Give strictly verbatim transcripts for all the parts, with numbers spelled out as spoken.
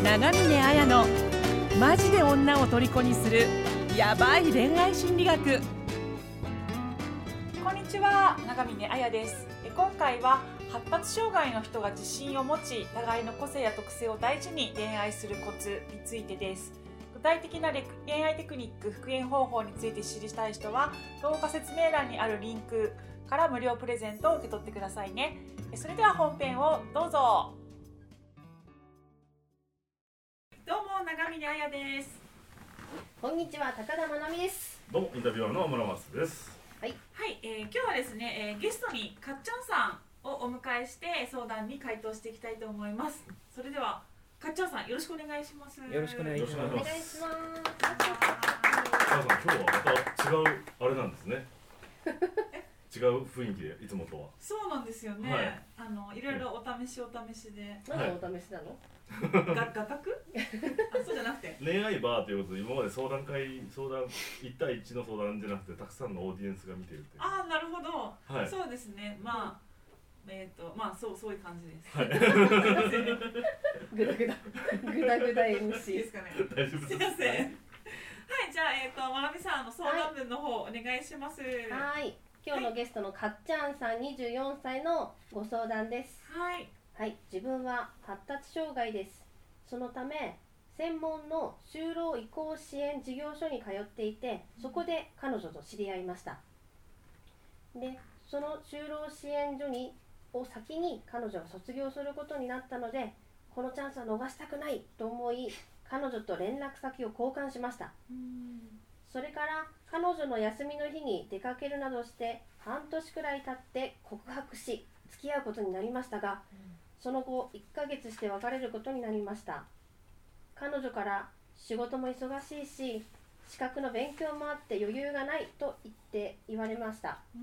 長峰綾のマジで女を虜にするヤバい恋愛心理学。 こんにちは、長峰綾です。今回は発達障害の人が自信を持ち、互いの個性や特性を大事に恋愛するコツについてです。具体的な恋愛テクニック、復縁方法について知りたい人は動画説明欄にあるリンクから無料プレゼントを受け取ってくださいね。それでは本編をどうぞ。どうも、長峰綾です。 こんにちは、高田真奈美です。 どうも、インタビュアーの村松です。 はい、 はい、えー、今日はですね、えー、ゲストにかっちゃんさんをお迎えして相談に回答していきたいと思います。それではかっちゃんさん、よろしくお願いします。 よろしくお願いします。 お願いします。 かっちゃんさん、今日はまた違うあれなんですね。違う雰囲気でいつもとは。 そうなんですよね。はい、あのいろいろお試しお試しで。 何のお試しなの？ が画角？あ、そうじゃなくて。 恋愛バーということで、今まで相談会、相談いち対いちの相談じゃなくて、たくさんのオーディエンスが見ているという。 ああ、なるほど。はい、そうですね。まあ、えっ、ー、と、まあ、そう、そういう感じです。はい、 ぐだぐだ、ぐだぐだ エムシーですかね。 大丈夫です。 すいません。はい、じゃあ、えっ、ー、と、まなみさんの相談文の方、はい、お願いします。 はい。今日のゲストのかっちゃんさん、にじゅうよんさいのご相談です。 はい。 はい、自分は発達障害です。そのため専門の就労移行支援事業所に通っていて、そこで彼女と知り合いました。で、その就労支援所にを先に彼女が卒業することになったので、このチャンスは逃したくないと思い、彼女と連絡先を交換しました。うん、それから彼女の休みの日に出かけるなどして半年くらい経って告白し付き合うことになりましたが、うん、その後いっかげつして別れることになりました。彼女から仕事も忙しいし資格の勉強もあって余裕がないと言って言われました。うん、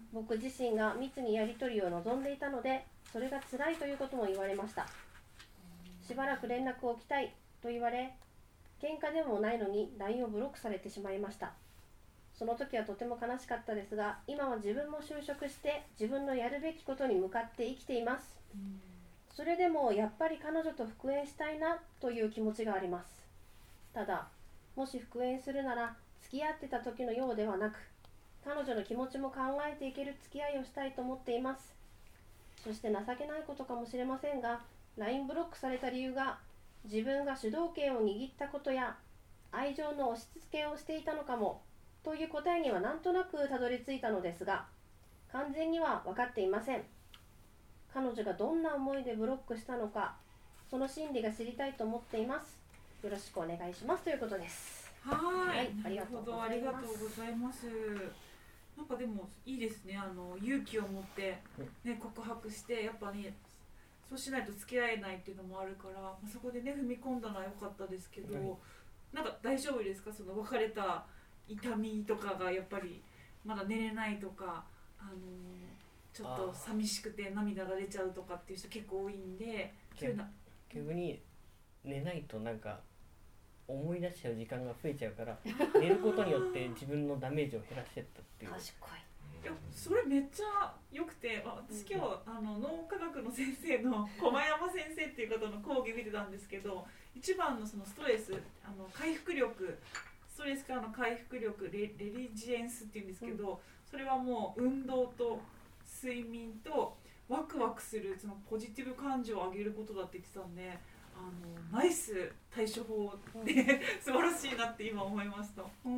僕自身が密にやり取りを望んでいたので、それが辛いということも言われました。しばらく連絡を置きたいと言われ、喧嘩でもないのに ライン をブロックされてしまいました。その時はとても悲しかったですが、今は自分も就職して自分のやるべきことに向かって生きています。うん、それでもやっぱり彼女と復縁したいなという気持ちがあります。ただ、もし復縁するなら付き合ってた時のようではなく、彼女の気持ちも考えていける付き合いをしたいと思っています。そして情けないことかもしれませんが、 ライン ブロックされた理由が自分が主導権を握ったことや愛情の押し付けをしていたのかもという答えにはなんとなくたどり着いたのですが、完全には分かっていません。彼女がどんな思いでブロックしたのか、その心理が知りたいと思っています。よろしくお願いしますということです。 はい、 ありがとうございます。 ありがとうございます。なんかでもいいですね。あの勇気を持ってね告白して、やっぱねそうしないと付き合えないっていうのもあるから、そこでね踏み込んだのは良かったですけど、はい、なんか大丈夫ですか？その別れた痛みとかがやっぱりまだ寝れないとか、あのちょっと寂しくて涙が出ちゃうとかっていう人結構多いんで、そういうな逆に寝ないとなんか思い出しちゃう時間が増えちゃうから寝ることによって自分のダメージを減らしてったっていう。 賢い。 いや、それめっちゃ良くて、私今日あの脳科学の先生の駒山先生っていう方の講義見てたんですけど、一番のそのストレス、あの回復力、ストレスからの回復力、レ, レリジエンスっていうんですけど、うん、それはもう運動と睡眠とワクワクするそのポジティブ感情を上げることだって言ってたんで、あのナイス対処法で、うん、素晴らしいなって今思いました。うん、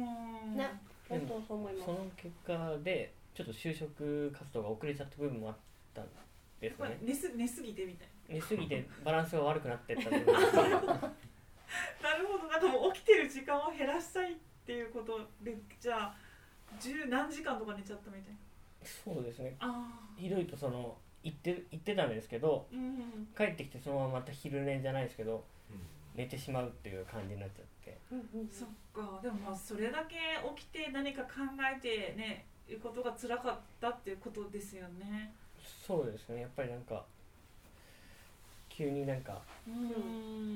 ね、本当そう思います。 その結果でちょっと就職活動が遅れちゃった部分もあったんですよね。 寝す、寝すぎてみたいな。 寝すぎてバランスが悪くなってった部分なるほど、 なんかもう起きてる時間を減らしたいっていうことで、じゃあ十何時間とか寝ちゃったみたいな。 そうですね。 あ、ひどいとその行って行ってたんですけど、うんうん、帰ってきてそのまままた昼寝じゃないですけど、うん、寝てしまうっていう感じになっちゃって、 うんうん、そっか。でもまあそれだけ起きて何か考えてねいうことが辛かったっていうことですよね。 そうですね。やっぱりなんか急になんか、うん、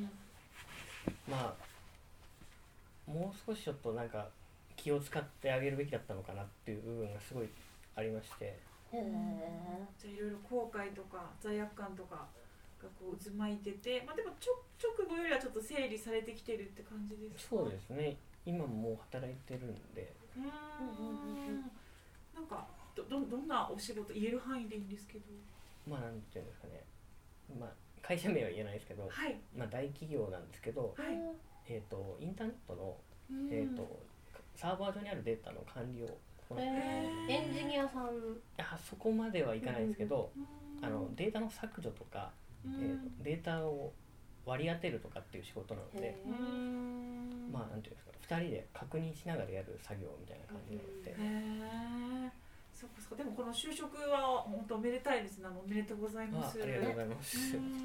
まあもう少しちょっとなんか気を使ってあげるべきだったのかなっていう部分がすごいありまして、 へー、じゃあいろいろ後悔とか罪悪感とかがこう渦巻いてて、まあ、でもちょ直後よりはちょっと整理されてきてるって感じですか？ そうですね。今もう働いてるんで。 うーんなんか ど, ど, どんなお仕事言える範囲でいいんですけど。 まあなんていうんですかね、まあ会社名は言えないですけど、 はい、 まあ大企業なんですけど、 はい、 えっ、とインターネットの、 うんえっ、とサーバー上にあるデータの管理をこの、 えー、エンジニアさん。 あそこまではいかないですけど、 うんあのデータの削除とか、 うんえーとデータを割り当てるとかっていう仕事なので、 うーんまあなんていうんですか、ふたりで確認しながらやる作業みたいな感じなので、 へえ、そっかそっか。でもこの就職は本当おめでたいですね。あのおめでとうございまあす。 ありがとうございます。 うーん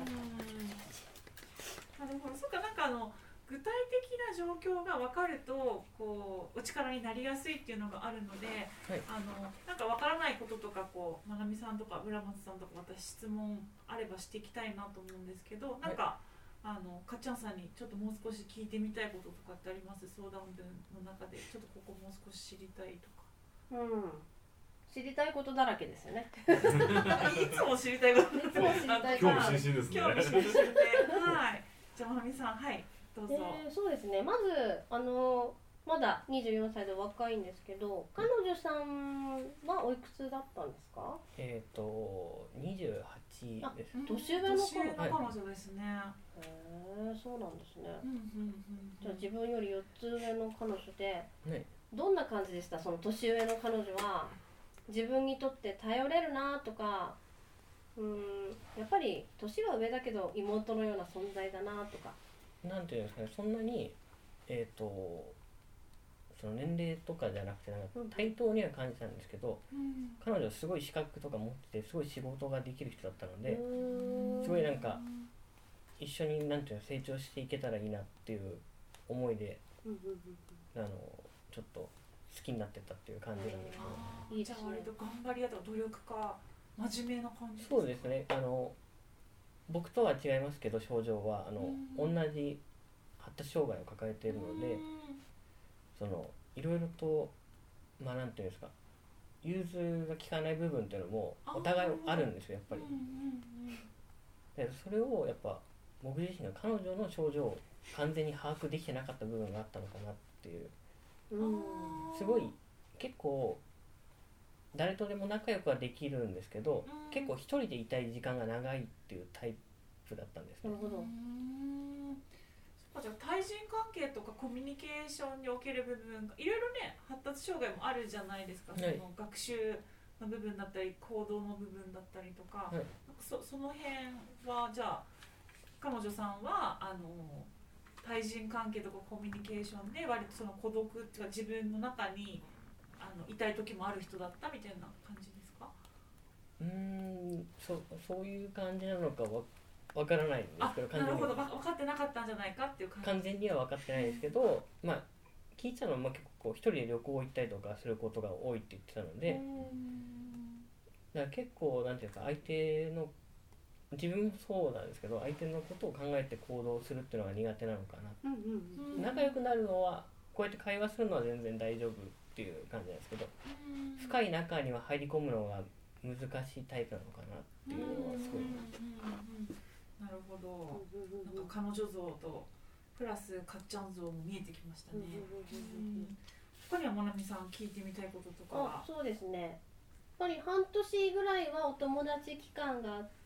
なるほど。そっか、なんかあの具体的な状況が分かるとこうお力になりやすいっていうのがあるので、 はい、 あのなんか分からないこととかこうまなみさんとか村松さんとか私質問あればしていきたいなと思うんですけど、なんか、あのかっちゃんさんにちょっともう少し聞いてみたいこととかってあります？相談文の中でちょっとここもう少し知りたいとか。 うん。知りたいことだらけですよね。 いつも知りたいこといつも知りたい興味津々ですね。 興味津々で、はい。じゃあまなみさん、はい、どうぞ。 えー、そうですね。まずあのまだにじゅうよんさいで若いんですけど、彼女さんはおいくつだったんですか？ えっ、とにじゅうはちです。 年上の年上の彼女ですね。 へえ、そうなんですね。 うんうんうん。 じゃあ自分よりよっつ上の彼女で、 ね、 どんな感じでした？その年上の彼女は自分にとって頼れるなとか、うーん、やっぱり年は上だけど妹のような存在だなとか。 なんていうんですかね、そんなにえっ、とその年齢とかじゃなくてなんか対等には感じたんですけど、 うん彼女はすごい資格とか持っててすごい仕事ができる人だったので、 うーんすごいなんか一緒になんていうの成長していけたらいいなっていう思いで、 うんうんうんあのちょっと好きになってたっていう感じなんですね。 あーいいですねじゃあ割と頑張り屋とか努力家、真面目な感じですか？ そうですね。あの僕とは違いますけど症状はあの、 うん同じ発達障害を抱えているので、 うんそのいろいろとまあなんていうんですか、融通が利かない部分っていうのもお互いあるんですよやっぱり。 うんうんでそれをやっぱ僕自身が彼女の症状を完全に把握できてなかった部分があったのかなっていう、 うんうんすごい結構誰とでも仲良くはできるんですけど、 うん結構一人でいたい時間が長いっていうタイプだったんですねなる。ほど。 うんそっか。じゃあ対人関係とかコミュニケーションにおける部分がいろいろね、発達障害もあるじゃないですか、 はいその学習の部分だったり行動の部分だったりとか、 はいなんか そ, その辺はじゃあ彼女さんはあの対人関係とかコミュニケーションで割とその孤独っていうか自分の中にあのいたい時もある人だったみたいな感じですか？ うーんそそういう感じなのかわわからないんですあけど、完なる全にほど、わ分かってなかったんじゃないかっていう感じ。 完全には分かってないですけど、まあ聞いたのはまあ結構こう一人で旅行行ったりとかすることが多いって言ってたので、だから結構なんていうか相手の自分もそうなんですけど相手のことを考えて行動するっていうのが苦手なのかな。 うんうんうん仲良くなるのはこうやって会話するのは全然大丈夫っていう感じなんですけど、深い中には入り込むのが難しいタイプなのかなっていうのはすごい。 なるほど。 うんなんか彼女像とプラスかっちゃん像も見えてきましたね。うん他にはまなみさん聞いてみたいこととかあは？ そうですね。やっぱり半年ぐらいはお友達期間があって、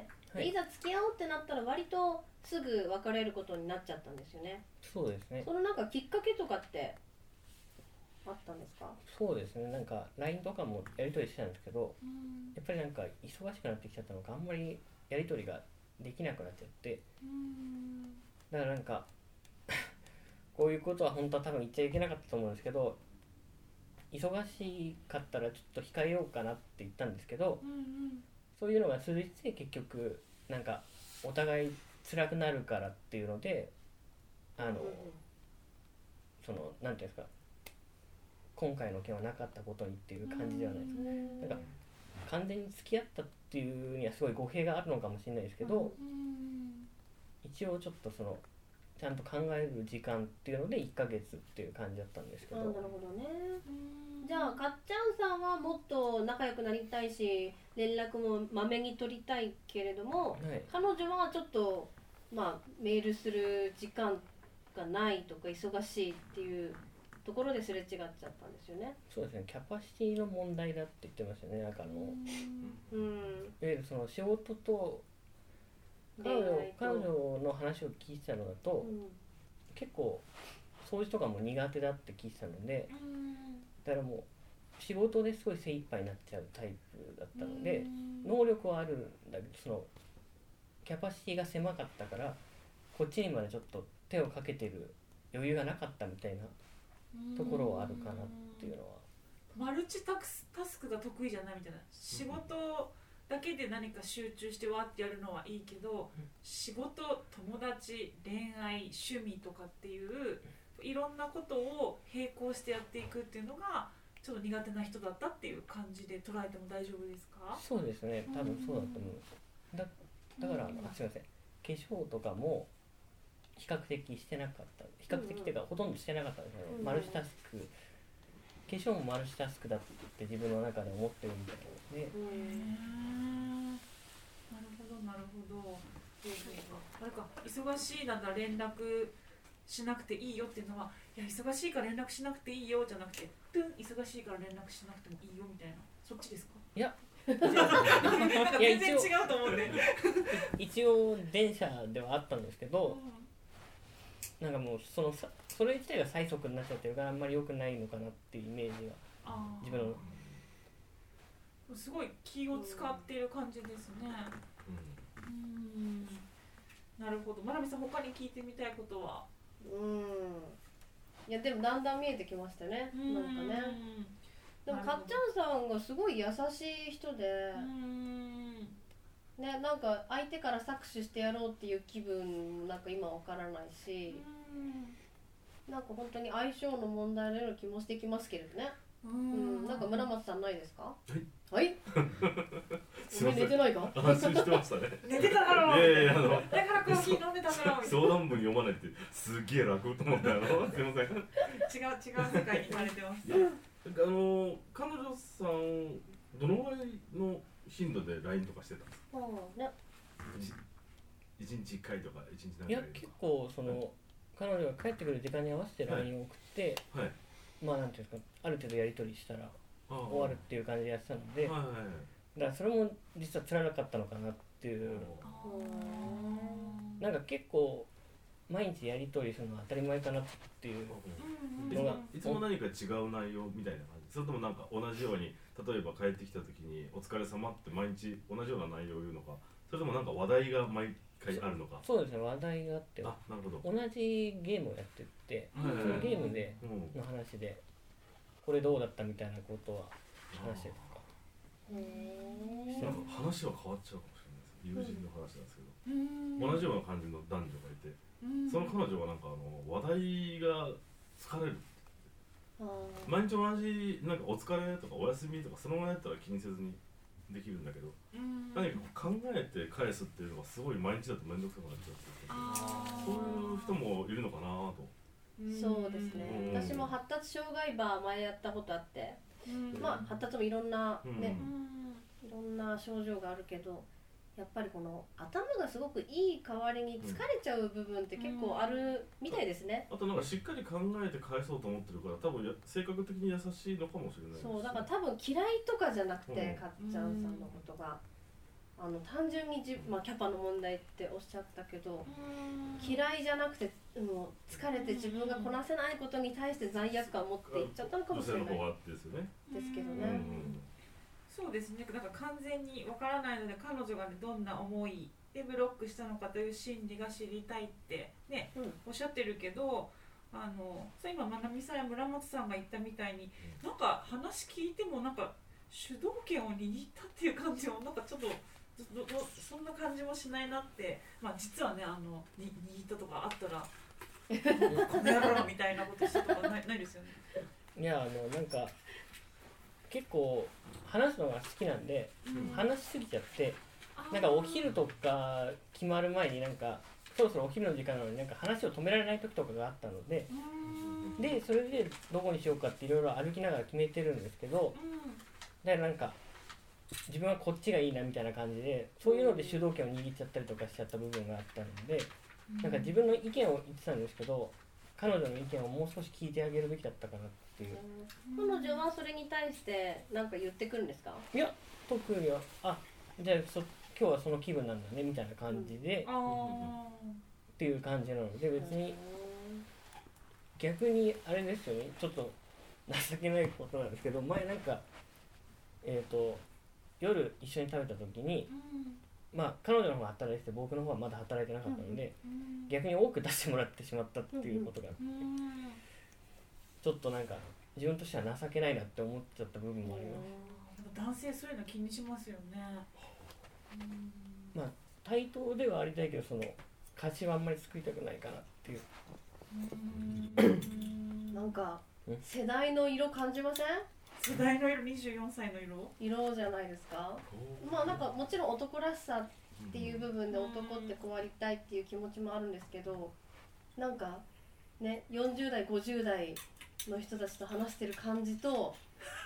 はいいざ付き合おうってなったら割とすぐ別れることになっちゃったんですよね。 そうですね。 そのなんかきっかけとかってあったんですか？ そうですね。なんか ライン とかもやり取りしてたんですけど、 うんやっぱりなんか忙しくなってきちゃったのかあんまりやり取りができなくなっちゃって、 うんだからなんかこういうことは本当は多分言っちゃいけなかったと思うんですけど、忙しかったらちょっと控えようかなって言ったんですけど、 うんそういうのが続いて結局なんかお互い辛くなるからっていうので、あのそのなんていうんですか、今回の件はなかったことにっていう感じではないです。なんか完全に付き合ったっていうにはすごい語弊があるのかもしれないですけど、 うん一応ちょっとそのちゃんと考える時間っていうのでいっかげつっていう感じだったんですけど。 あ、なるほどね。じゃあかっちゃんさんはもっと仲良くなりたいし連絡もまめに取りたいけれども、 はい、 彼女はちょっと、まあ、メールする時間がないとか忙しいっていうところですれ違っちゃったんですよね。 そうですね、キャパシティの問題だって言ってましたね。なんかあの、 うん、 いわゆるその仕事と彼女彼女の話を聞いてたのだと、うん、結構掃除とかも苦手だって聞いてたので、うん、だからもう仕事ですごい精一杯になっちゃうタイプだったので、うん、能力はあるんだけどそのキャパシティが狭かったからこっちにまでちょっと手をかけてる余裕がなかったみたいなところはあるかなっていうのは。 マルチタスクが得意じゃないみたいな。仕事だけで何か集中してわってやるのはいいけど、仕事、友達、恋愛、趣味とかっていういろんなことを並行してやっていくっていうのがちょっと苦手な人だったっていう感じで捉えても大丈夫ですか？ そうですね、多分そうだと思う。だだから、うん、あ、すいません、化粧とかも比較的してなかった比較的っていうか、うん、ほとんどしてなかったんですけど、うん、マルチタスク、化粧もマルチタスクだって自分の中で思ってるみたいで、 うん、なるほどなるほど。あれか、忙しいなんだ連絡しなくていいよっていうのは、いや忙しいから連絡しなくていいよじゃなくて、トゥン忙しいから連絡しなくてもいいよみたいな、そっちですか？ いや全然違うと思うんで一応電車ではあったんですけど、うん、なんかもうそのそれ自体が最速になっちゃってるからあんまり良くないのかなっていうイメージが自分の。 すごい気を使っている感じですね。うん、うん、なるほど。まなみさん他に聞いてみたいことは？ うん、いやでもだんだん見えてきましたね。なんかね。でもかっちゃんさんがすごい優しい人で、ね、なんか相手から搾取してやろうっていう気分なんか今わからないし、なんか本当に相性の問題のような気もしてきますけれどね。うん、なんか村松さんないですか？はいはいお前寝てないか？ 安心してましたね。 寝てただろう。 いやいや、あのだからコーヒー飲んでただろう。 相談文読まないってすげえ楽と思って、あのすいません。違う違う世界に行かれてます。 あの彼女さんどのぐらいの頻度で ライン とかしてたんですか？ ね、 いちにちいっかいとかいちにち何回とか。 いや結構その、はい、彼女が帰ってくる時間に合わせて ライン を送って、はいはい、まあなんていうんですか、ある程度やり取りしたら終わるっていう感じでやってたので、はいはいはい、だからそれも実はつらなかったのかなっていう。なんか結構毎日やり取りするのは当たり前かなっていうのが、 いつも何か違う内容みたいな感じ、それともなんか同じように例えば帰ってきた時にお疲れ様って毎日同じような内容を言うのか、それともなんか話題が毎回あるのか。 そうですね、話題があって、 あ、なるほど、 同じゲームをやってて、そのゲームでの話でこれどうだったみたいなことは話してるとか。 なんか話は変わっちゃうかもしれないです。友人の話なんですけど、同じような感じの男女がいて、その彼女はなんかあの話題が疲れる。毎日同じなんかお疲れとかお休みとかそのままやったら気にせずにできるんだけど、何か考えて返すっていうのがすごい毎日だと面倒くさくなっちゃって、そういう人もいるのかなと。 そうですね、うん、私も発達障害バー前やったことあって、うん、まあ発達もいろんなね、うん、いろんな症状があるけど、やっぱりこの頭がすごくいい代わりに疲れちゃう部分って結構あるみたいですね。 あとなんかしっかり考えて返そうと思ってるから多分や性格的に優しいのかもしれないです、ね、 そうだから多分嫌いとかじゃなくて、うん、かっちゃんさんのことがあの単純にじ、まあ、キャパの問題っておっしゃったけど、嫌いじゃなくてもう疲れて自分がこなせないことに対して罪悪感を持っていっちゃったのかもしれないですよね。 ですけどね。 そうですね、なんか完全にわからないので彼女が、ね、どんな思いでブロックしたのかという心理が知りたいってね、うん、おっしゃってるけど、あの今まなみさんや村松さんが言ったみたいに、なんか話聞いてもなんか主導権を握ったっていう感じもなんかちょっとどどそんな感じもしないなって、まあ、実はね、あのに握ったとかあったらこの野郎みたいなことしたとかない、ないですよね。 いや、あのなんか結構話すのが好きなんで、うん、話しすぎちゃって、なんかお昼とか決まる前になんかそろそろお昼の時間なのになんか話を止められない時とかがあったので、でそれでどこにしようかっていろいろ歩きながら決めてるんですけど、だからなんか自分はこっちがいいなみたいな感じで、そういうので主導権を握っちゃったりとかしちゃった部分があったので、なんか自分の意見を言ってたんですけど、彼女の意見をもう少し聞いてあげるべきだったかなっていう。 彼女はそれに対して何か言ってくるんですか？ いや、特には、あ、じゃあそ今日はその気分なんだねみたいな感じで、うん、っていう感じなので、別に逆にあれですよね、ちょっと情けないことなんですけど、前なんかえっと夜一緒に食べた時に、うん、まあ彼女の方が働いてて僕の方はまだ働いてなかったので、うん、逆に多く出してもらってしまったっていうことがあって、うん、ちょっとなんか自分としては情けないなって思っちゃった部分もあります。 男性そういうの気にしますよね。 うん、まあ対等ではありたいけど、その価値はあんまり作りたくないかなっていう。 うんなんか世代の色感じません？ 世代の色、にじゅうよんさいの色色じゃないですか。まあなんかもちろん男らしさっていう部分で男ってこうありたいっていう気持ちもあるんですけど、なんかねよんじゅう代ごじゅう代の人たちと話してる感じと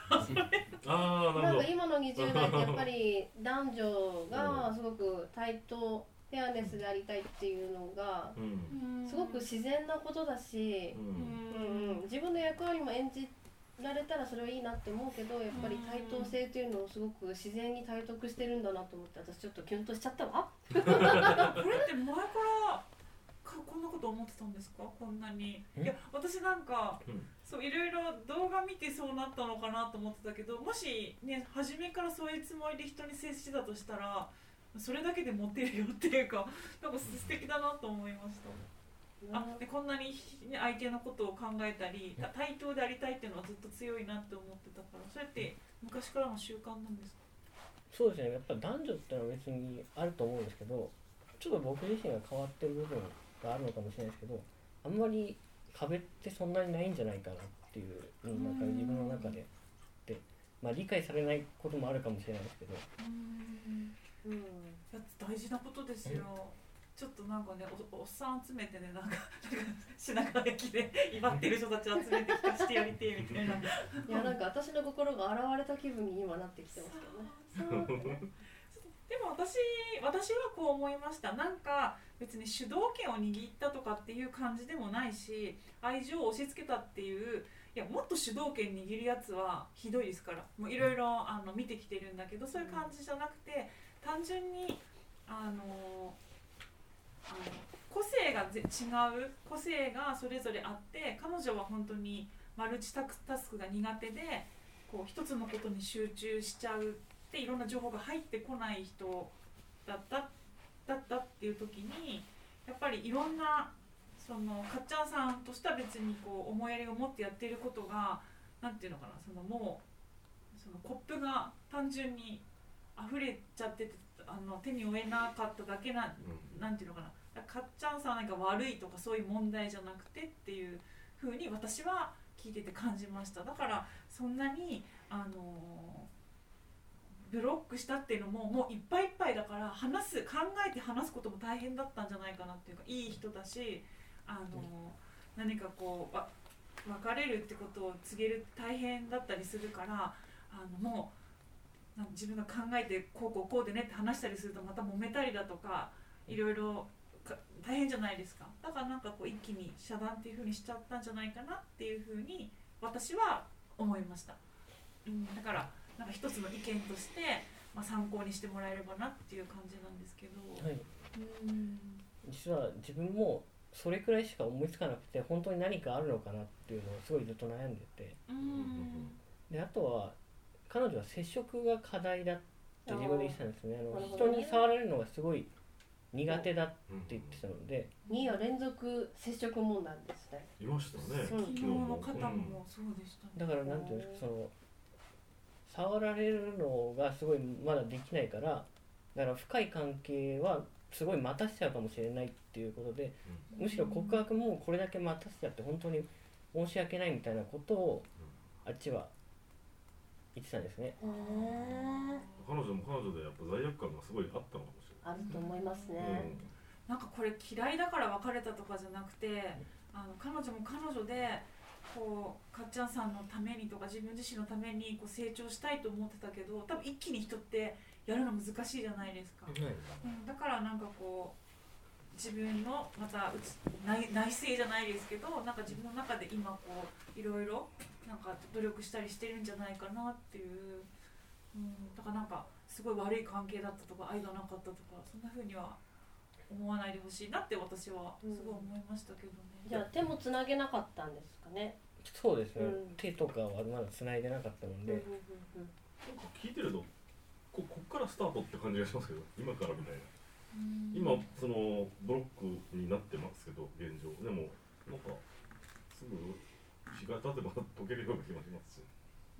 なんか今のにじゅう代ってやっぱり男女がすごく対等フェアネスでありたいっていうのがすごく自然なことだし、うんうん、自分の役割も演じられたらそれはいいなって思うけど、やっぱり対等性というのをすごく自然に体得してるんだなと思って、私ちょっとキュンとしちゃったわ。 これって前からこんなこと思ってたんですか？こんなに。いや私なんか、うん、そういろいろ動画見てそうなったのかなと思ってたけど、もしね初めからそういうつもりで人に接してたとしたらそれだけでモテるよっていうか、なんか素敵だなと思いました。あでこんなに相手のことを考えたり対等でありたいっていうのはずっと強いなって思ってたから、それって昔からの習慣なんですか？ そうですね、やっぱ男女ってのは別にあると思うんですけど、ちょっと僕自身が変わってる部分があるのかもしれないですけど、あんまり壁ってそんなにないんじゃないかなっていうなんか自分の中でで、まあ、理解されないこともあるかもしれないですけど、 うんうん、大事なことですよ。ちょっとなんかね お, おっさん集めてね、なんか品川駅で威張ってる人たち集めて聞かしてやりてえみたいな。いやなんか私の心が現れた気分に今なってきてますけどね。そうね。 でも私私はこう思いました。なんか別に主導権を握ったとかっていう感じでもないし、愛情を押し付けたっていう、いやもっと主導権握るやつはひどいですから、もういろいろあの見てきてるんだけど、そういう感じじゃなくて、単純にあのあの個性が違う個性がそれぞれあって、彼女は本当にマルチタスクが苦手で、こう一つのことに集中しちゃうっていろんな情報が入ってこない人だっただったっていう時に、やっぱりいろんなそのかっちゃんさんとしては別にこう思いやりを持ってやっていることが、なんていうのかな、そのもうそのコップが単純に溢れちゃってて、あの手に負えなかっただけな、うん、なんていうのかな、かっちゃんさんなんか悪いとかそういう問題じゃなくてっていう風に私は聞いてて感じました。だからそんなにあのブロックしたっていうのももういっぱいいっぱいだから、話す考えて話すことも大変だったんじゃないかなっていうか、いい人だし、あの、うん、何かこうわ別れるってことを告げる大変だったりするから、あのもう自分が考えてこうこうこうでねって話したりするとまた揉めたりだとかいろいろ大変じゃないですか。だからなんかこう一気に遮断っていう風にしちゃったんじゃないかなっていう風に私は思いました、うん、だからなんか一つの意見として、まあ、参考にしてもらえればなっていう感じなんですけど、はい、うん実は自分もそれくらいしか思いつかなくて、本当に何かあるのかなっていうのをすごいずっと悩んでて、うんであとは彼女は接触が課題だって自分で言ってたんですね。あの人に触られるのがすごい苦手だって言ってたので、 に夜連続接触問題ですね。 いましたね。 昨日の方もそうでしたね。 だからなんていうんですか、その触られるのがすごいまだできないから、だから深い関係はすごい待たせちゃうかもしれないっていうことで、うん、むしろ告白もこれだけ待たせちゃって本当に申し訳ないみたいなことをあっちは言ってたんですね。 彼女も彼女でやっぱ罪悪感がすごいあったのかもしれない。 あると思いますね、 なんかこれ嫌いだから別れたとかじゃなくて、あの彼女も彼女でこうかっちゃんさんのためにとか自分自身のためにこう成長したいと思ってたけど、多分一気に人ってやるの難しいじゃないですか、うん、だからなんかこう自分のまたうち 内, 内省じゃないですけど、なんか自分の中で今こういろいろなんか努力したりしてるんじゃないかなっていう、うん、だからなんかすごい悪い関係だったとか愛がなかったとかそんな風には思わないでほしいなって私はすごい思いましたけどね、 うん、じゃあ手もつなげなかったんですかね。 そうですね、うん、手とかはまだつないでなかったので、 うんうんうん、なんか聞いてるとここっからスタートって感じがしますけど、今からみたいな、うん、今そのブロックになってますけど現状でもなんかすぐ日が経てば解けるような気がしますし、 うん、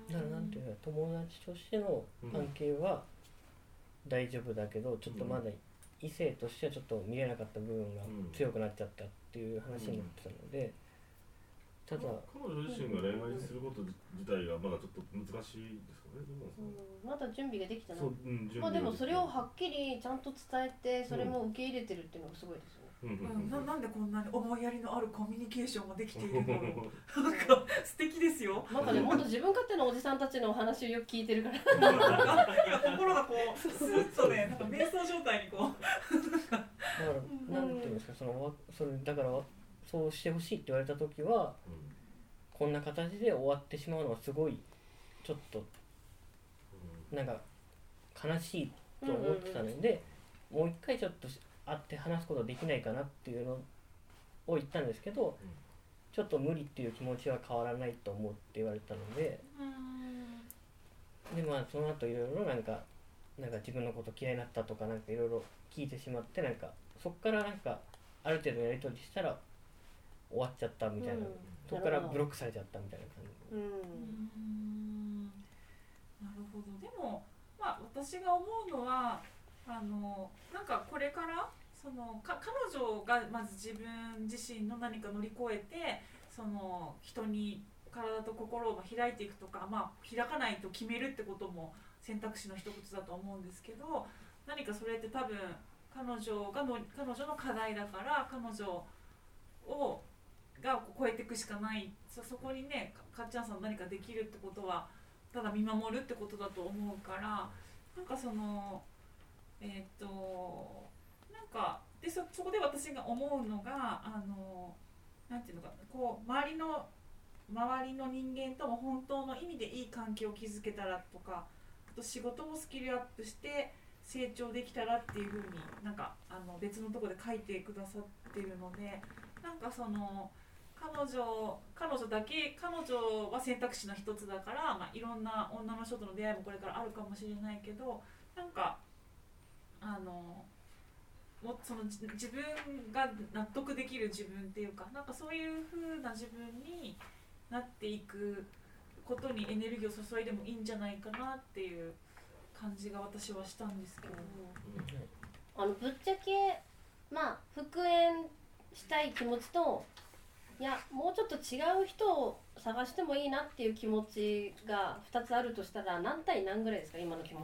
だからなんていうか友達としての関係は大丈夫だけど、ちょっとまだ異性としてはちょっと見れなかった部分が強くなっちゃったっていう話になってたので、ただ彼女自身が恋愛すること自体がまだちょっと難しいですかね。 うん、まだ準備ができてない。 そう、うん、 まあでもそれをはっきりちゃんと伝えてそれも受け入れてるっていうのがすごいですよね。 うんうん、な, なんでこんなに思いやりのあるコミュニケーションができているのなんか素敵ですよ。 なんかね、ほんと自分勝手なおじさんたちのお話をよく聞いてるからなんか今心がこうスーッとね、なんか瞑想状態にこうだからなんていうんですか、そのそれだからそうしてほしいって言われた時は、うん、こんな形で終わってしまうのはすごいちょっとなんか悲しいと思ってたので、うんうんうん、もう一回ちょっと会って話すことできないかなっていうのを言ったんですけど、うん、ちょっと無理っていう気持ちは変わらないと思うって言われたので、うん、でまあその後いろいろなんかなんか自分のこと嫌いになったとかなんかいろいろ聞いてしまって、なんかそっからなんかある程度やり取りしたら終わっちゃったみたいな、うん、そこからブロックされちゃったみたいな感じ、うん、 うんなるほど。でもまあ私が思うのはあのなんかこれからそのか彼女がまず自分自身の何か乗り越えてその人に体と心を開いていくとか、まあ、開かないと決めるってことも選択肢の一つだと思うんですけど、何かそれって多分彼女がの彼女の課題だから彼女をが超えていくしかない。 そ, そこにねかっちゃんさん何かできるってことはただ見守るってことだと思うから、なんかそのえっ、ー、となんかで そ, そこで私が思うのがあのなんていうのかこう周りの周りの人間とも本当の意味でいい関係を築けたらとか、あと仕事もスキルアップして成長できたらっていう風になんかあの別のところで書いてくださっているので、なんかその彼女彼女だけ彼女は選択肢の一つだから、まあ、いろんな女の人との出会いもこれからあるかもしれないけど、なんかあのもその自分が納得できる自分っていうか、なんかそういう風な自分になっていくことにエネルギーを注いでもいいんじゃないかなっていう感じが私はしたんですけど、 あのぶっちゃけまあ復縁したい気持ちと、いやもうちょっと違う人を探してもいいなっていう気持ちがふたつあるとしたら何対何ぐらいですか、今の気持ちって。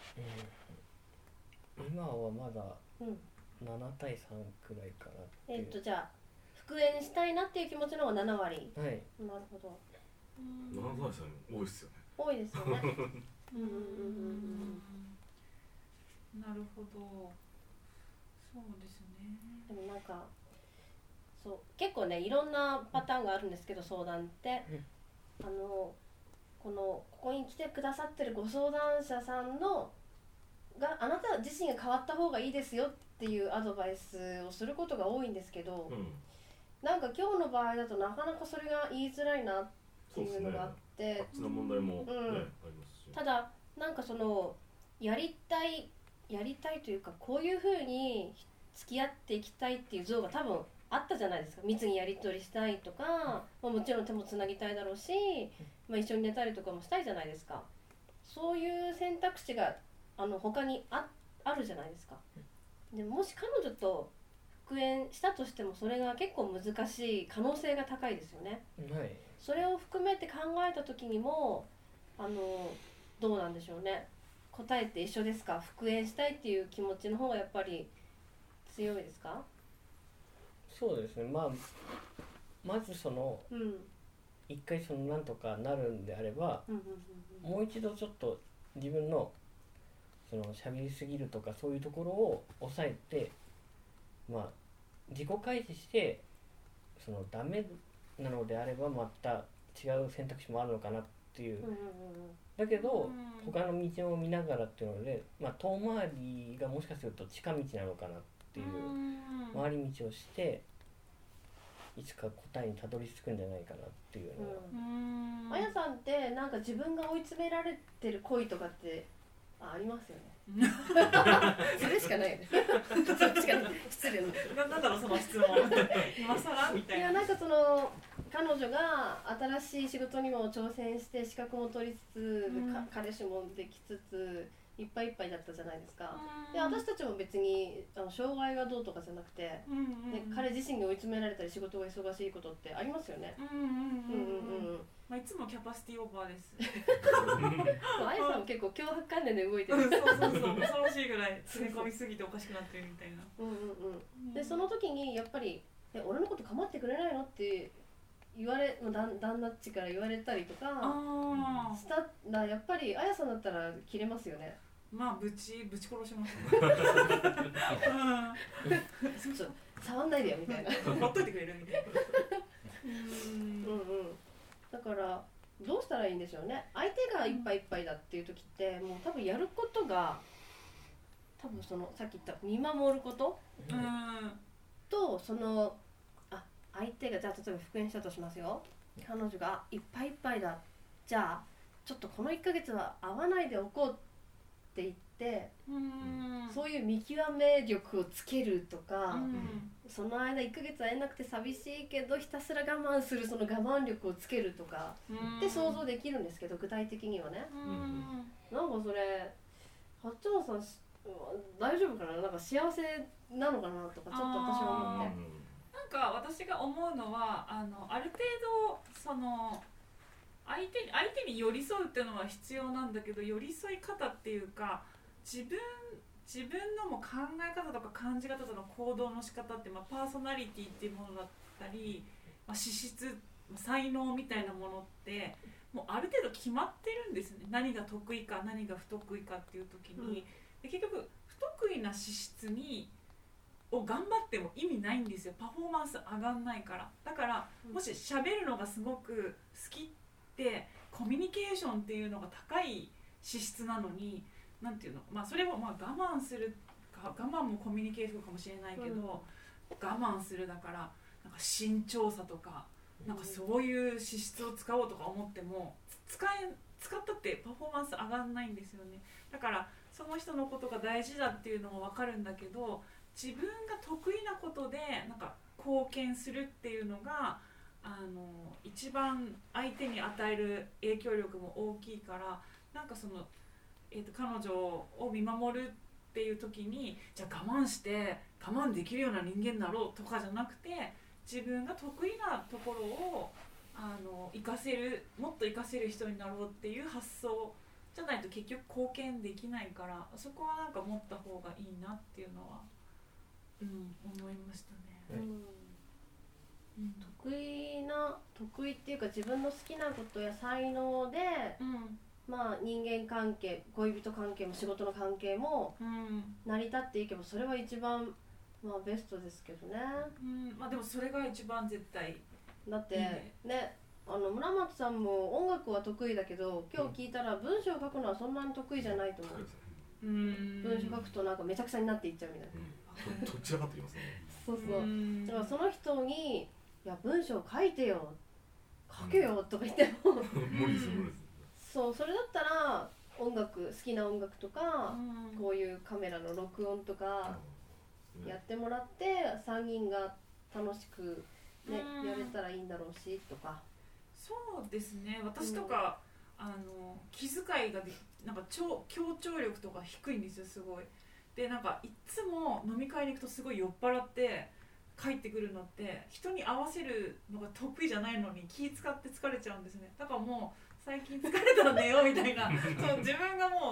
うん、今はまだなな対さんくらいかなっていう、 えっとじゃあ復縁したいなっていう気持ちの方がななわり。 はい。 なるほど。 なな対さん多いですよね。 多いですよね。 うんうんうんうんなるほど。そうですね。 でもなんかそう結構ねいろんなパターンがあるんですけど、相談って、うん、あのこのここに来てくださってるご相談者さんのがあなた自身が変わった方がいいですよっていうアドバイスをすることが多いんですけど、うん、なんか今日の場合だとなかなかそれが言いづらいなっていうのがあって、 ね、あっちの問題も、ね、うん、ありますし、 ただなんかそのやりたいやりたいというかこういう風に付き合っていきたいっていう像が多分あったじゃないですか。密にやり取りしたいとか、まあ、もちろん手もつなぎたいだろうし、まあ、一緒に寝たりとかもしたいじゃないですか。そういう選択肢があの他に あ, あるじゃないですか。でもし彼女と復縁したとしてもそれが結構難しい可能性が高いですよね、 はい、 それを含めて考えた時にもあのどうなんでしょうね。答えって一緒ですか。復縁したいっていう気持ちの方がやっぱり強いですか？ そうですね、まあまずその、うん、一回そのなんとかなるんであれば、うんうんうんうん、もう一度ちょっと自分のその喋りすぎるとかそういうところを抑えて、まあ自己開示してそのダメなのであればまた違う選択肢もあるのかなっていう、うんうんうん、だけど、うん、他の道を見ながらっていうので、まあ、遠回りがもしかすると近道なのかなっていう回り道をしていつか答えにたどり着くんじゃないかなっていうのは、 うん、あやさんってなんか自分が追い詰められてる恋とかってあ、ありますよねそれしかないよねそれしかない失礼ななんだろうその質問今更みたいな。 いやなんかその彼女が新しい仕事にも挑戦して資格も取りつつ、うん、彼氏もできつついっぱいいっぱいだったじゃないですか、うん、で私たちも別にあの障害がどうとかじゃなくて、うんうん、で彼自身に追い詰められたり仕事が忙しいことってありますよね。 まあ、いつもキャパシティオーバーですあやさんも結構強迫観念で動いてるそうそうそう恐ろしいぐらい詰め込みすぎておかしくなってるみたいなうんうんうんでその時にやっぱりえ俺のこと構ってくれないのって言われ旦那っちから言われたりとかしたらやっぱりあやさんだったら切れますよね。 まあぶちぶち殺しますちょっと触んないでよみたいなほっといてくれるみたいなうんうんだからどうしたらいいんでしょうね。相手がいっぱいいっぱいだっていう時ってもう多分やることが多分そのさっき言った見守ること、うん、とそのあ相手がじゃあ例えば復縁したとしますよ。彼女がいっぱいいっぱいだじゃあちょっとこのいっかげつは会わないでおこうって言ってうんそういう見極め力をつけるとか、うん、その間いっかげつ会えなくて寂しいけどひたすら我慢するその我慢力をつけるとかって想像できるんですけど具体的にはねうんなんかそれ八丁さん大丈夫かななんか幸せなのかなとかちょっと私は思ってなんか私が思うのはあのある程度その相手に、相手に寄り添うっていうのは必要なんだけど寄り添い方っていうか自分、自分のも考え方とか感じ方とか行動の仕方って、まあ、パーソナリティっていうものだったり、まあ、資質、才能みたいなものってもうある程度決まってるんですね。何が得意か何が不得意かっていう時に、うん、で結局不得意な資質にを頑張っても意味ないんですよ。パフォーマンス上がんないから。だからもし喋るのがすごく好きでコミュニケーションっていうのが高い資質なのになんていうの、まあ、それもまあ我慢するか我慢もコミュニケーションかもしれないけど、うん、我慢するだからなんか慎重さとかなんかそういう資質を使おうとか思っても使え使ったってパフォーマンス上がんないんですよね。だからその人のことが大事だっていうのも分かるんだけど自分が得意なことでなんか貢献するっていうのがあの一番相手に与える影響力も大きいからなんかその、えーと、彼女を見守るっていう時にじゃあ我慢して我慢できるような人間になろうとかじゃなくて自分が得意なところをあの活かせるもっと活かせる人になろうっていう発想じゃないと結局貢献できないからそこはなんか持った方がいいなっていうのは、うん、思いましたね。うん得意な得意っていうか自分の好きなことや才能で、うん、まあ人間関係恋人関係も仕事の関係も成り立っていけばそれは一番、まあ、ベストですけどね、 うんまあ、でもそれが一番絶対だってね、ねあの村松さんも音楽は得意だけど今日聞いたら文章を書くのはそんなに得意じゃないと思う、うん、文章書くとなんかめちゃくちゃになっていっちゃうみたいな、 うん、どちらかって言いますねそうそうだからその人にいや文章書いてよ書けよとか言っても無理です無理ですそうそれだったら音楽好きな音楽とか、うん、こういうカメラの録音とかやってもらってさんにんが楽しく、ねうん、やれたらいいんだろうしとかそうですね私とか、うん、あの気遣いがでなんか超協調力とか低いんですよすごいでなんかいつも飲み会に行くとすごい酔っ払って帰ってくるのって人に合わせるのが得意じゃないのに気使って疲れちゃうんですね。だからもう最近疲れたら寝ようみたいなそう自分がもう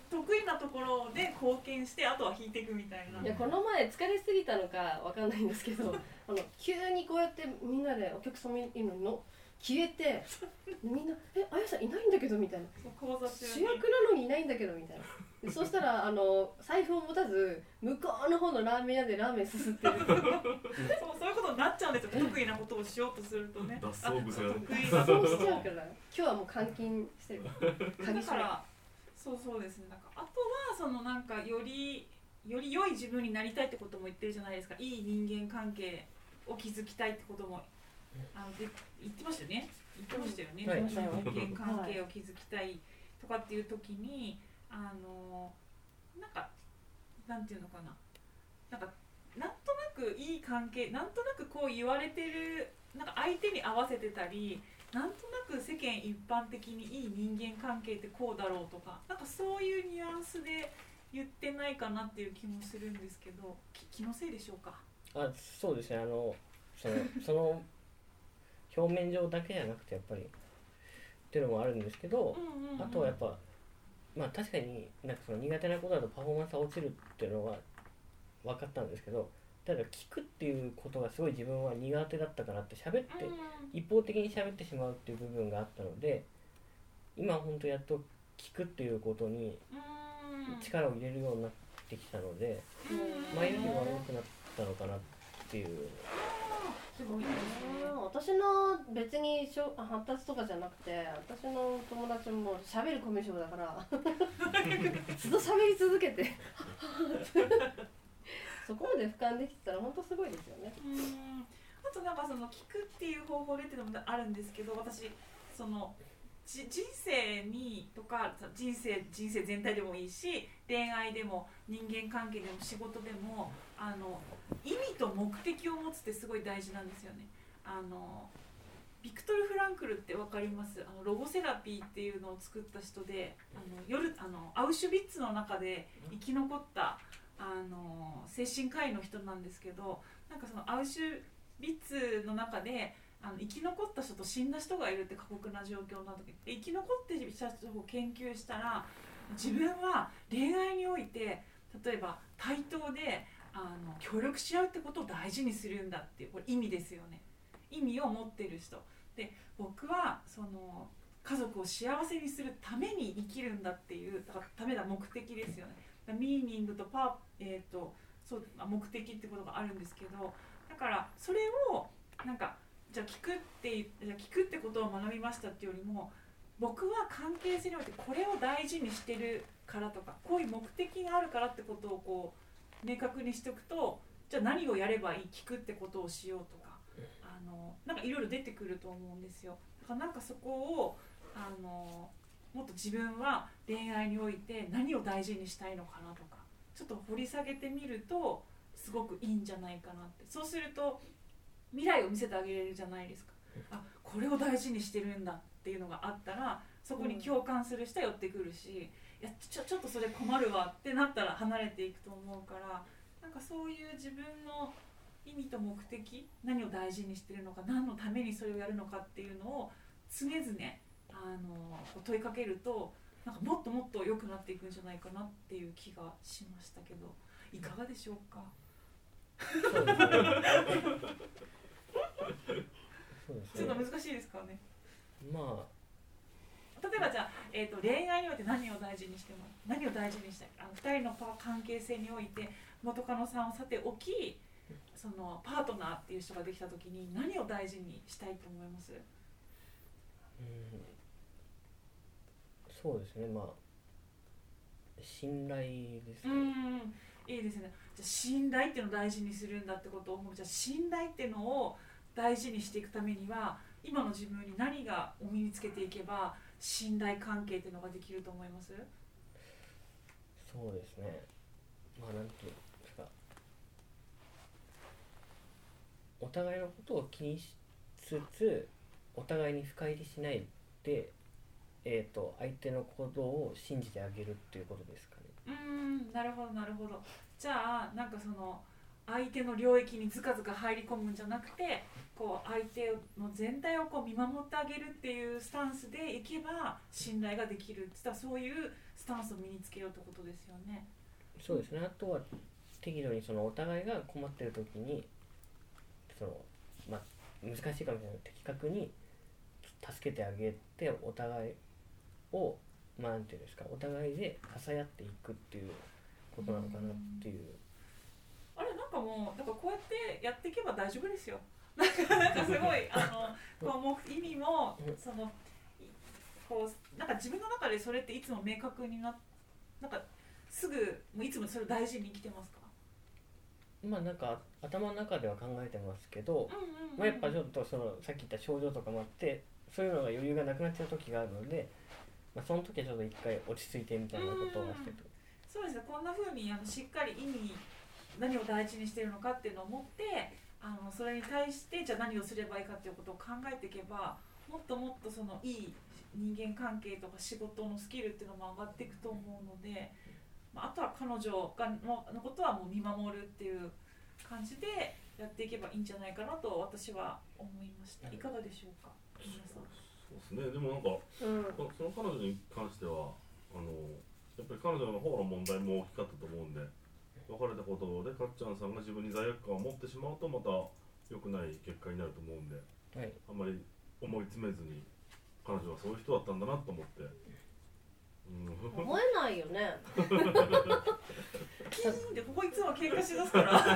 得意なところで貢献してあとは引いていくみたいな。 いやこの前疲れすぎたのかわかんないんですけどあの急にこうやってみんなでお客様いるのにの消えてみんな「えあやさんいないんだけど」みたいな「 講座中主役なのにいないんだけど」みたいなでそうしたらあの財布を持たず向こうの方のラーメン屋でラーメンすすってるそうそういうことになっちゃうんですよ。得意なことをしようとするとね。 脱走癖がね得意なそうしちゃうから今日はもう監禁してるだからそうそうですね。なんかあとはそのなんかよりより良い自分になりたいってことも言ってるじゃないですか。いい人間関係を築きたいってこともあので言ってましたよね。言ってましたよね。 はい人間関係を築きたいとかっていう時にあのなんかなんていうのかな。なんかなんとなくいい関係なんとなくこう言われてるなんか相手に合わせてたり。なんとなく世間一般的にいい人間関係ってこうだろうとかなんかそういうニュアンスで言ってないかなっていう気もするんですけどき気のせいでしょうか。 あそうですねあのそのその表面上だけじゃなくてやっぱりっていうのもあるんですけど、 うんうんうん、 あとはやっぱまあ確かになんかその苦手なことだとパフォーマンスが落ちるっていうのは分かったんですけどただ聞くっていうことがすごい自分は苦手だったかなって喋って一方的に喋ってしまうっていう部分があったので今本当やっと聞くっていうことに力を入れるようになってきたので前よりは良くなったのかなっていう。 すごいですね。 私の別にしょ発達とかじゃなくて私の友達も喋るコミュ障だからずっと喋り続けてそこまで俯瞰できてたら本当すごいですよね。 うんあとなんかその聞くっていう方法でっていうのもあるんですけど私そのじ人生にとか人生人生全体でもいいし恋愛でも人間関係でも仕事でもあの意味と目的を持つってすごい大事なんですよね。あのビクトル・フランクルって分かります？あのロゴセラピーっていうのを作った人であの夜あのアウシュビッツの中で生き残ったあの精神科医の人なんですけどなんかそのアウシュビッツの中であの生き残った人と死んだ人がいるって過酷な状況な時で生き残ってきた人を研究したら自分は恋愛において例えば対等であの協力し合うってことを大事にするんだっていうこれ意味ですよね。意味を持っている人で僕はその家族を幸せにするために生きるんだっていうだからためだ目的ですよね。ミーニングとパ、えー、とそう目的ってことがあるんですけどだからそれをなんかじゃあ聞くってじゃあ聞くってことを学びましたっていうよりも僕は関係性においてこれを大事にしてるからとかこういう目的があるからってことをこう明確にしておくとじゃあ何をやればいい聞くってことをしようとかあのなんかいろいろ出てくると思うんですよ。だからなんかそこをあのもっと自分は恋愛において何を大事にしたいのかなとかちょっと掘り下げてみるとすごくいいんじゃないかなってそうすると未来を見せてあげれるじゃないですか。あこれを大事にしてるんだっていうのがあったらそこに共感する人は寄ってくるし、うん、いやちょ、ちょっとそれ困るわってなったら離れていくと思うからなんかそういう自分の意味と目的何を大事にしてるのか何のためにそれをやるのかっていうのを常々あの問いかけるとなんかもっともっと良くなっていくんじゃないかなっていう気がしましたけどいかがでしょうか。 そうですねそうですねちょっと難しいですからね。 ま例えばじゃあ、えーと、恋愛において何を大事にしても何を大事にしたいあのふたりの関係性において元カノさんをさておきそのパートナーっていう人ができた時に何を大事にしたいと思います？ うんそうですねまあ信頼ですね。 うんいいですね。じゃあ信頼っていうのを大事にするんだってことを思う。じゃあ信頼っていうのを大事にしていくためには今の自分に何がを身につけていけば信頼関係っていうのができると思います？ そうですねまあなんていうんですかお互いのことを気にしつつお互いに深入りしないで、えーと、相手の行動を信じてあげるっていうことですかね。 うーんなるほどなるほど。じゃあなんかその相手の領域にずかずか入り込むんじゃなくて、こう相手の全体をこう見守ってあげるっていうスタンスでいけば信頼ができるって言ったら、そういうスタンスを身につけようってことですよね。 そうですね。あとは適度にそのお互いが困ってる時にその、まあ、難しいかもしれないけど的確に助けてあげて、お互いを、まあ、なんていうんですか、お互いで支え合っていくっていうことなのかなっていう。 あれなんかもうだからこうやってやっていけば大丈夫ですよ。なんかなんかすごいあのこうもう意味もそのこうなんか自分の中でそれっていつも明確にななんかすぐもういつもそれを大事に生きてますか？ まあなんか頭の中では考えてますけど、 うんうんうん、 まあ、やっぱちょっとそのさっき言った症状とかもあって、そういうのが余裕がなくなっちゃう時があるので、まあ、その時はちょっと一回落ち着いてみたいなことをしてる。 そうですね。こんな風にあのしっかり意味何を大事にしているのかっていうのを持って、あのそれに対してじゃあ何をすればいいかっていうことを考えていけば、もっともっとそのいい人間関係とか仕事のスキルっていうのも上がっていくと思うので、まあ、あとは彼女が の, のことはもう見守るっていう感じでやっていけばいいんじゃないかなと私は思いました。いかがでしょうか、皆さん。 そうですね。でもなんか、うん、その彼女に関してはあのやっぱり彼女の方の問題も大きかったと思うんで、別れたことでかっちゃんさんが自分に罪悪感を持ってしまうとまた良くない結果になると思うんで、はい、あんまり思い詰めずに彼女はそういう人だったんだなと思って、 うん、思えないよねキーンってここいつも喧嘩しだすからた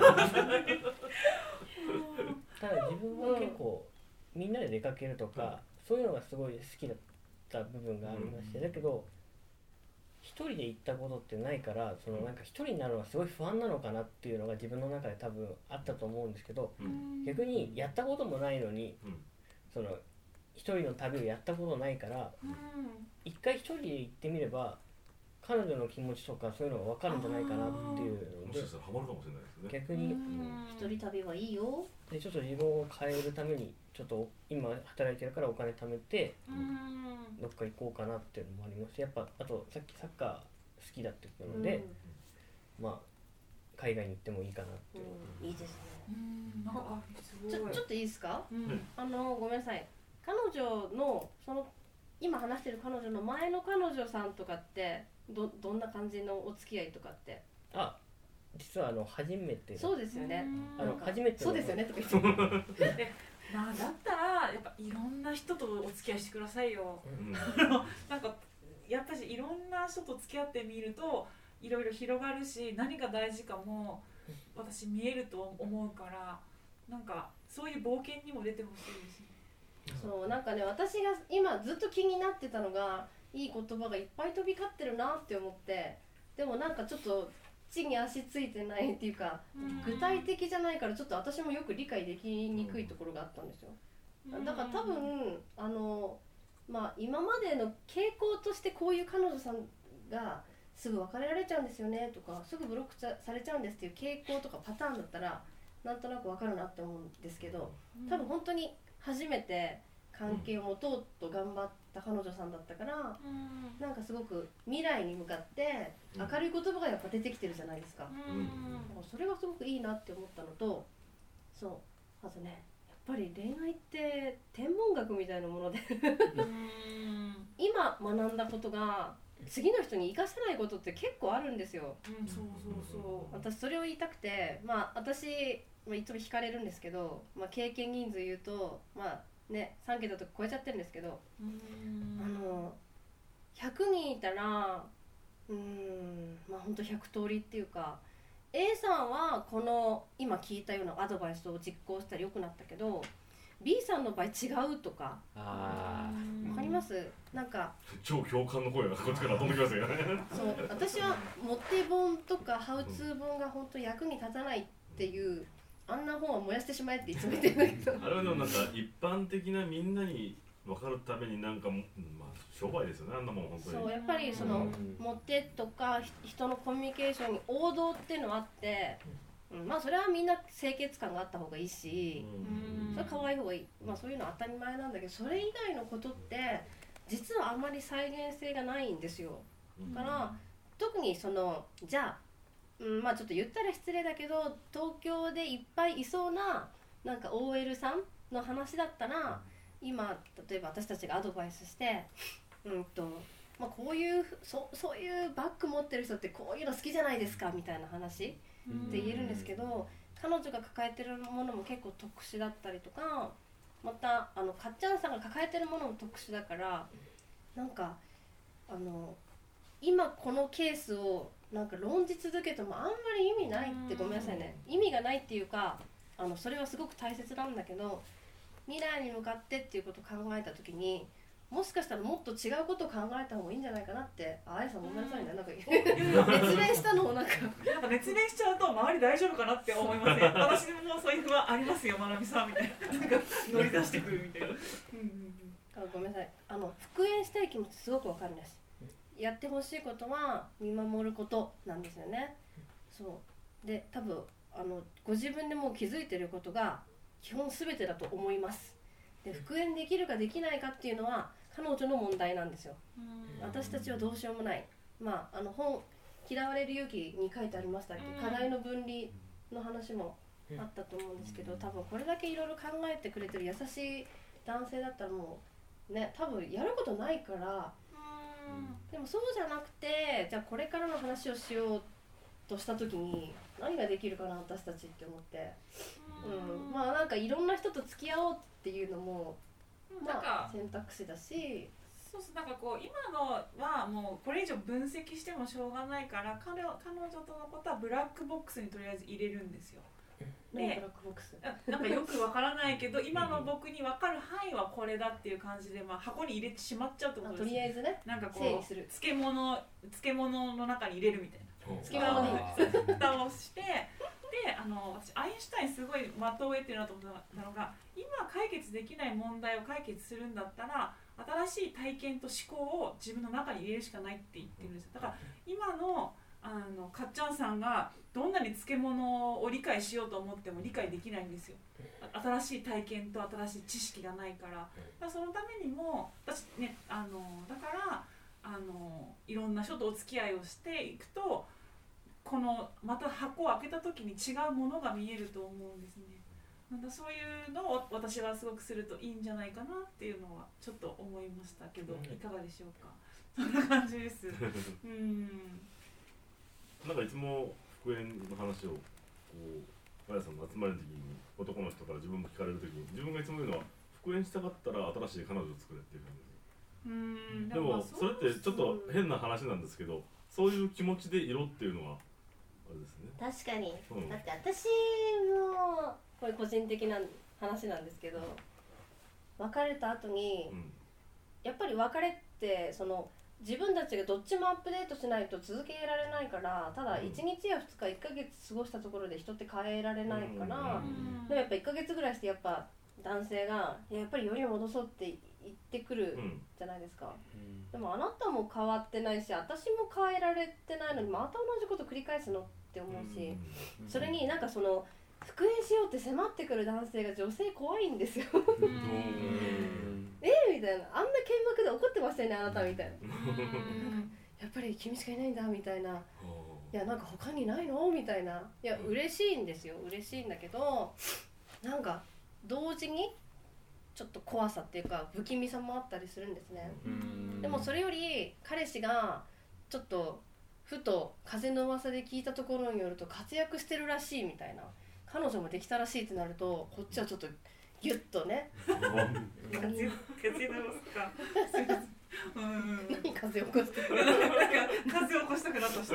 だ自分は結構、うん、みんなで出かけるとか、うん、そういうのがすごい好きだった部分がありまして、うん、だけど一人で行ったことってないから、そのなんか一人になるのがすごい不安なのかなっていうのが自分の中で多分あったと思うんですけど、うん、逆にやったこともないのに、うん、その一人の旅をやったことないから、うん、一回一人で行ってみれば彼女の気持ちとかそういうのが分かるんじゃないかなっていうので、 もしかしたらハマるかもしれないですね。 逆に一人旅はいいよで、ちょっと自分を変えるためにちょっと今働いてるからお金貯めてどっか行こうかなっていうのもありますし、やっぱあとさっきサッカー好きだって言ったので、まあ海外に行ってもいいかなっていう、 うん、いいですね。 うんなんかすごい。 ちょ、ちょっといいですか、 うん、 あのごめんなさい、彼女のその今話してる彼女の前の彼女さんとかってど、どんな感じのお付き合いとかって？ あ、実はあの初めて。 そうですよね。 あの初めて。 そうですよねとか言ってまあだったらやっぱいろんな人とお付き合いしてくださいよ、うん、なんかやっぱりいろんな人と付き合ってみるといろいろ広がるし、何が大事かも私見えると思うから、なんかそういう冒険にも出てほしいですね。 そう、なんかね、私が今ずっと気になってたのが、いい言葉がいっぱい飛び交ってるなって思って、でもなんかちょっと地に足ついてないっていうか、具体的じゃないからちょっと私もよく理解できにくいところがあったんですよ。だから多分あの、まあ、今までの傾向としてこういう彼女さんがすぐ別れられちゃうんですよねとか、すぐブロックされちゃうんですっていう傾向とかパターンだったらなんとなく分かるなって思うんですけど、多分本当に初めて関係を持とうと頑張った彼女さんだったから、うん、なんかすごく未来に向かって明るい言葉がやっぱ出てきてるじゃないですか、うん、それがすごくいいなって思ったのと、そうあとね、やっぱり恋愛って天文学みたいなもので今学んだことが次の人に生かせないことって結構あるんですよ、 うん、そうそうそう。 私それを言いたくて、まあ私いつも惹かれるんですけど、まあ、経験人数言うとまあね、さん桁とか超えちゃってるんですけど、うーん、あのひゃくにんいたらうーん、まあほんとひゃく通りっていうか、 A さんはこの今聞いたようなアドバイスを実行したら良くなったけど B さんの場合違うとか、あー、わかります？なんか超共感の声がこっちから飛んできますよねそう私はモテ本とかハウツー本が本当役に立たないっていうあんな本は燃やしてしまえっていつも言ってるんだけどあれはでもなんか一般的なみんなに分かるためになんか、まあ、商売ですよね、あんなもん本当に。 そうやっぱりその、うん、モテとか人のコミュニケーションに王道っていうのはあって、うん、まあそれはみんな清潔感があった方がいいし、うん、それは可愛い方がいい、まあそういうのは当たり前なんだけど、それ以外のことって実はあんまり再現性がないんですよ。だから特にそのじゃあうん、まあちょっと言ったら失礼だけど東京でいっぱいいそうななんか オーエル さんの話だったら今例えば私たちがアドバイスしてうんと、まあ、こういうそそういうバッグ持ってる人ってこういうの好きじゃないですかみたいな話って言えるんですけど、彼女が抱えてるものも結構特殊だったりとか、またあのかっちゃんさんが抱えてるものも特殊だからなんかあの今このケースをなんか論じ続けてもあんまり意味ないってごめんなさいね意味がないっていうかあのそれはすごく大切なんだけど未来に向かってっていうことを考えた時にもしかしたらもっと違うことを考えた方がいいんじゃないかなってああやさんごめんなさいねなんか熱弁したのをなんかなんか熱弁しちゃうと周り大丈夫かなって思いません私もそういう不安ありますよまなみさんみたいななんか乗り出してくるみたいなうんうん、 うん、ごめんなさいあの復縁したい気持ちすごくわかるんですやってほしいことは見守ることなんですよねそうで多分あのご自分でもう気づいてることが基本全てだと思いますで復縁できるかできないかっていうのは彼女の問題なんですよ私たちはどうしようもないまああの本嫌われる勇気に書いてありましたっけ課題の分離の話もあったと思うんですけど多分これだけいろいろ考えてくれてる優しい男性だったらもうね多分やることないからでもそうじゃなくてじゃあこれからの話をしようとした時に何ができるかな私たちって思って、うん、まあなんかいろんな人と付き合おうっていうのもまあ選択肢だしそうそうなんかこう今のはもうこれ以上分析してもしょうがないから彼彼女とのことはブラックボックスにとりあえず入れるんですよでブラックボックスなんかよくわからないけど今の僕に分かる範囲はこれだっていう感じで、まあ、箱に入れてしまっちゃうってことです、ね、 とりあえずねなんかこう整理する漬物漬物の中に入れるみたいな漬物に蓋をしてであの私アインシュタインすごい的を得てるなと思ったのが今解決できない問題を解決するんだったら新しい体験と思考を自分の中に入れるしかないって言ってるんですよだから今のあのかっちゃんさんがどんなに漬物を理解しようと思っても理解できないんですよ新しい体験と新しい知識がないから、だからそのためにも私ねあのだからあのいろんな人とお付き合いをしていくとこのまた箱を開けた時に違うものが見えると思うんですねなんかそういうのを私はすごくするといいんじゃないかなっていうのはちょっと思いましたけど、いかがでしょうかそんな感じですうんなんかいつも復縁の話をこうあやさんの集まる時に男の人から自分も聞かれる時に自分がいつも言うのは復縁したかったら新しい彼女を作れっていう感じですでもそれってちょっと変な話なんですけどそういう気持ちでいろっていうのはあれですね確かに、 うん、 だって私もこれ個人的な話なんですけど別れた後に、うん、やっぱり別れってその自分たちがどっちもアップデートしないと続けられないからただいちにちやふつかいっかげつ過ごしたところで人って変えられないから、うん、でもやっぱいっかげつぐらいしてやっぱ男性がやっぱりより戻そうって言ってくるじゃないですか、うん、でもあなたも変わってないし私も変えられてないのにまた同じこと繰り返すのって思うし、うん、それになんかその復縁しようって迫ってくる男性が女性怖いんですよえみたいなあんな剣幕で怒ってましたよねあなたみたいなやっぱり君しかいないんだみたいないやなんか他にないのみたいないや嬉しいんですよ嬉しいんだけどなんか同時にちょっと怖さっていうか不気味さもあったりするんですねでもそれより彼氏がちょっとふと風の噂で聞いたところによると活躍してるらしいみたいな彼女もできたらしいってなるとこっちはちょっとギュッとね風の噂か何風起こしてくる風起こしたくなった人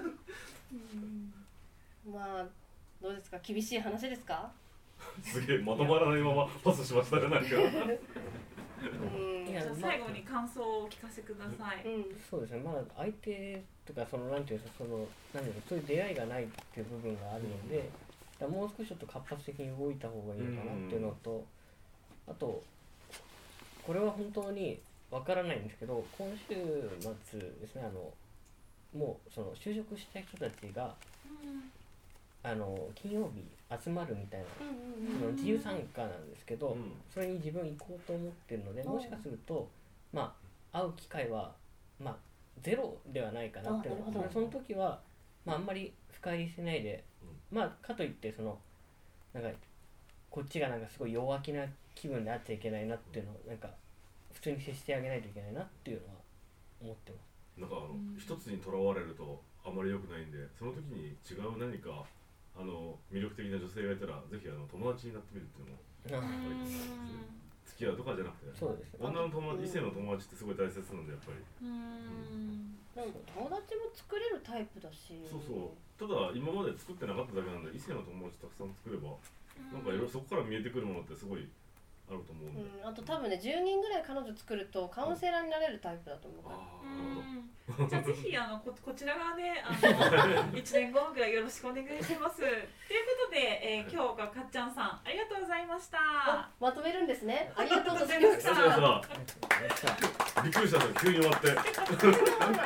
まあどうですか厳しい話ですかすげえまとまらないままパスしましたねなんかうんじゃあ最後に感想をお聞かせください、うん、 そうですねまだ相手とかそのなんていうかその何ていうかそういう出会いがないっていう部分があるので、うん、もう少しちょっと活発的に動いた方がいいのかなっていうのと、うん、あとこれは本当にわからないんですけど今週末ですねあのもうその就職した人たちが、うん、あの金曜日集まるみたいな、うんうんうん、自由参加なんですけど、うん、それに自分行こうと思ってるのでもしかするとまあ会う機会はまあゼロではないかなっていうのその時は、まあ、あんまり深入りしてないで、うん、まあかといってそのなんかこっちがなんかすごい弱気な気分であっちゃいけないなっていうのをなんか普通に接してあげないといけないなっていうのは思ってます。 なんかあの、うん、一つにとらわれるとあまり良くないんで、その時に違う何かあの魅力的な女性がいたらぜひあの友達になってみるっていうのもやっぱりいいかもしれないですね。付き合うとかじゃなくて、 そうですね、 女の友達、異性の友達ってすごい大切なんでやっぱり。 うーん、なんか友達も作れるタイプだし。 そうそう。ただ今まで作ってなかっただけなんで、異性の友達たくさん作れば、なんかいろいろそこから見えてくるものってすごいあると思うんで。 うん、あと多分ねじゅうにんぐらい彼女作るとカウンセラーになれるタイプだと思うから。 うん、じゃあぜひあの こ, こちら側であのいちねんごぐらいよろしくお願いします。ということで、えー、今日がかっちゃんさんありがとうございました。 まとめるんですね。ありがとうございました。 びっくりしたの急に終わって。 ありがとうございます。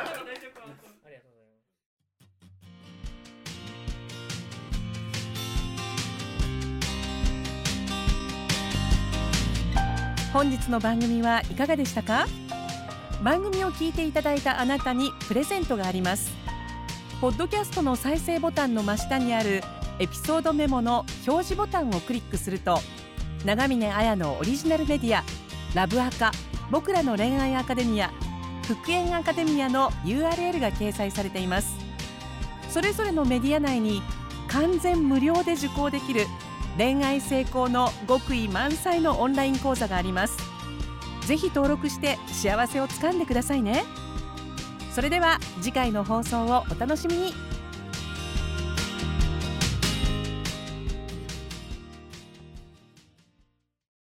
本日の番組はいかがでしたか？番組を聞いていただいたあなたにプレゼントがあります。ポッドキャストの再生ボタンの真下にあるエピソードメモの表示ボタンをクリックすると、長峰綾のオリジナルメディアラブアカ、僕らの恋愛アカデミア、復縁アカデミアの ユーアールエル が掲載されています。それぞれのメディア内に完全無料で受講できる恋愛成功の極意満載のオンライン講座があります。ぜひ登録して幸せをつかんでくださいね。それでは次回の放送をお楽しみに。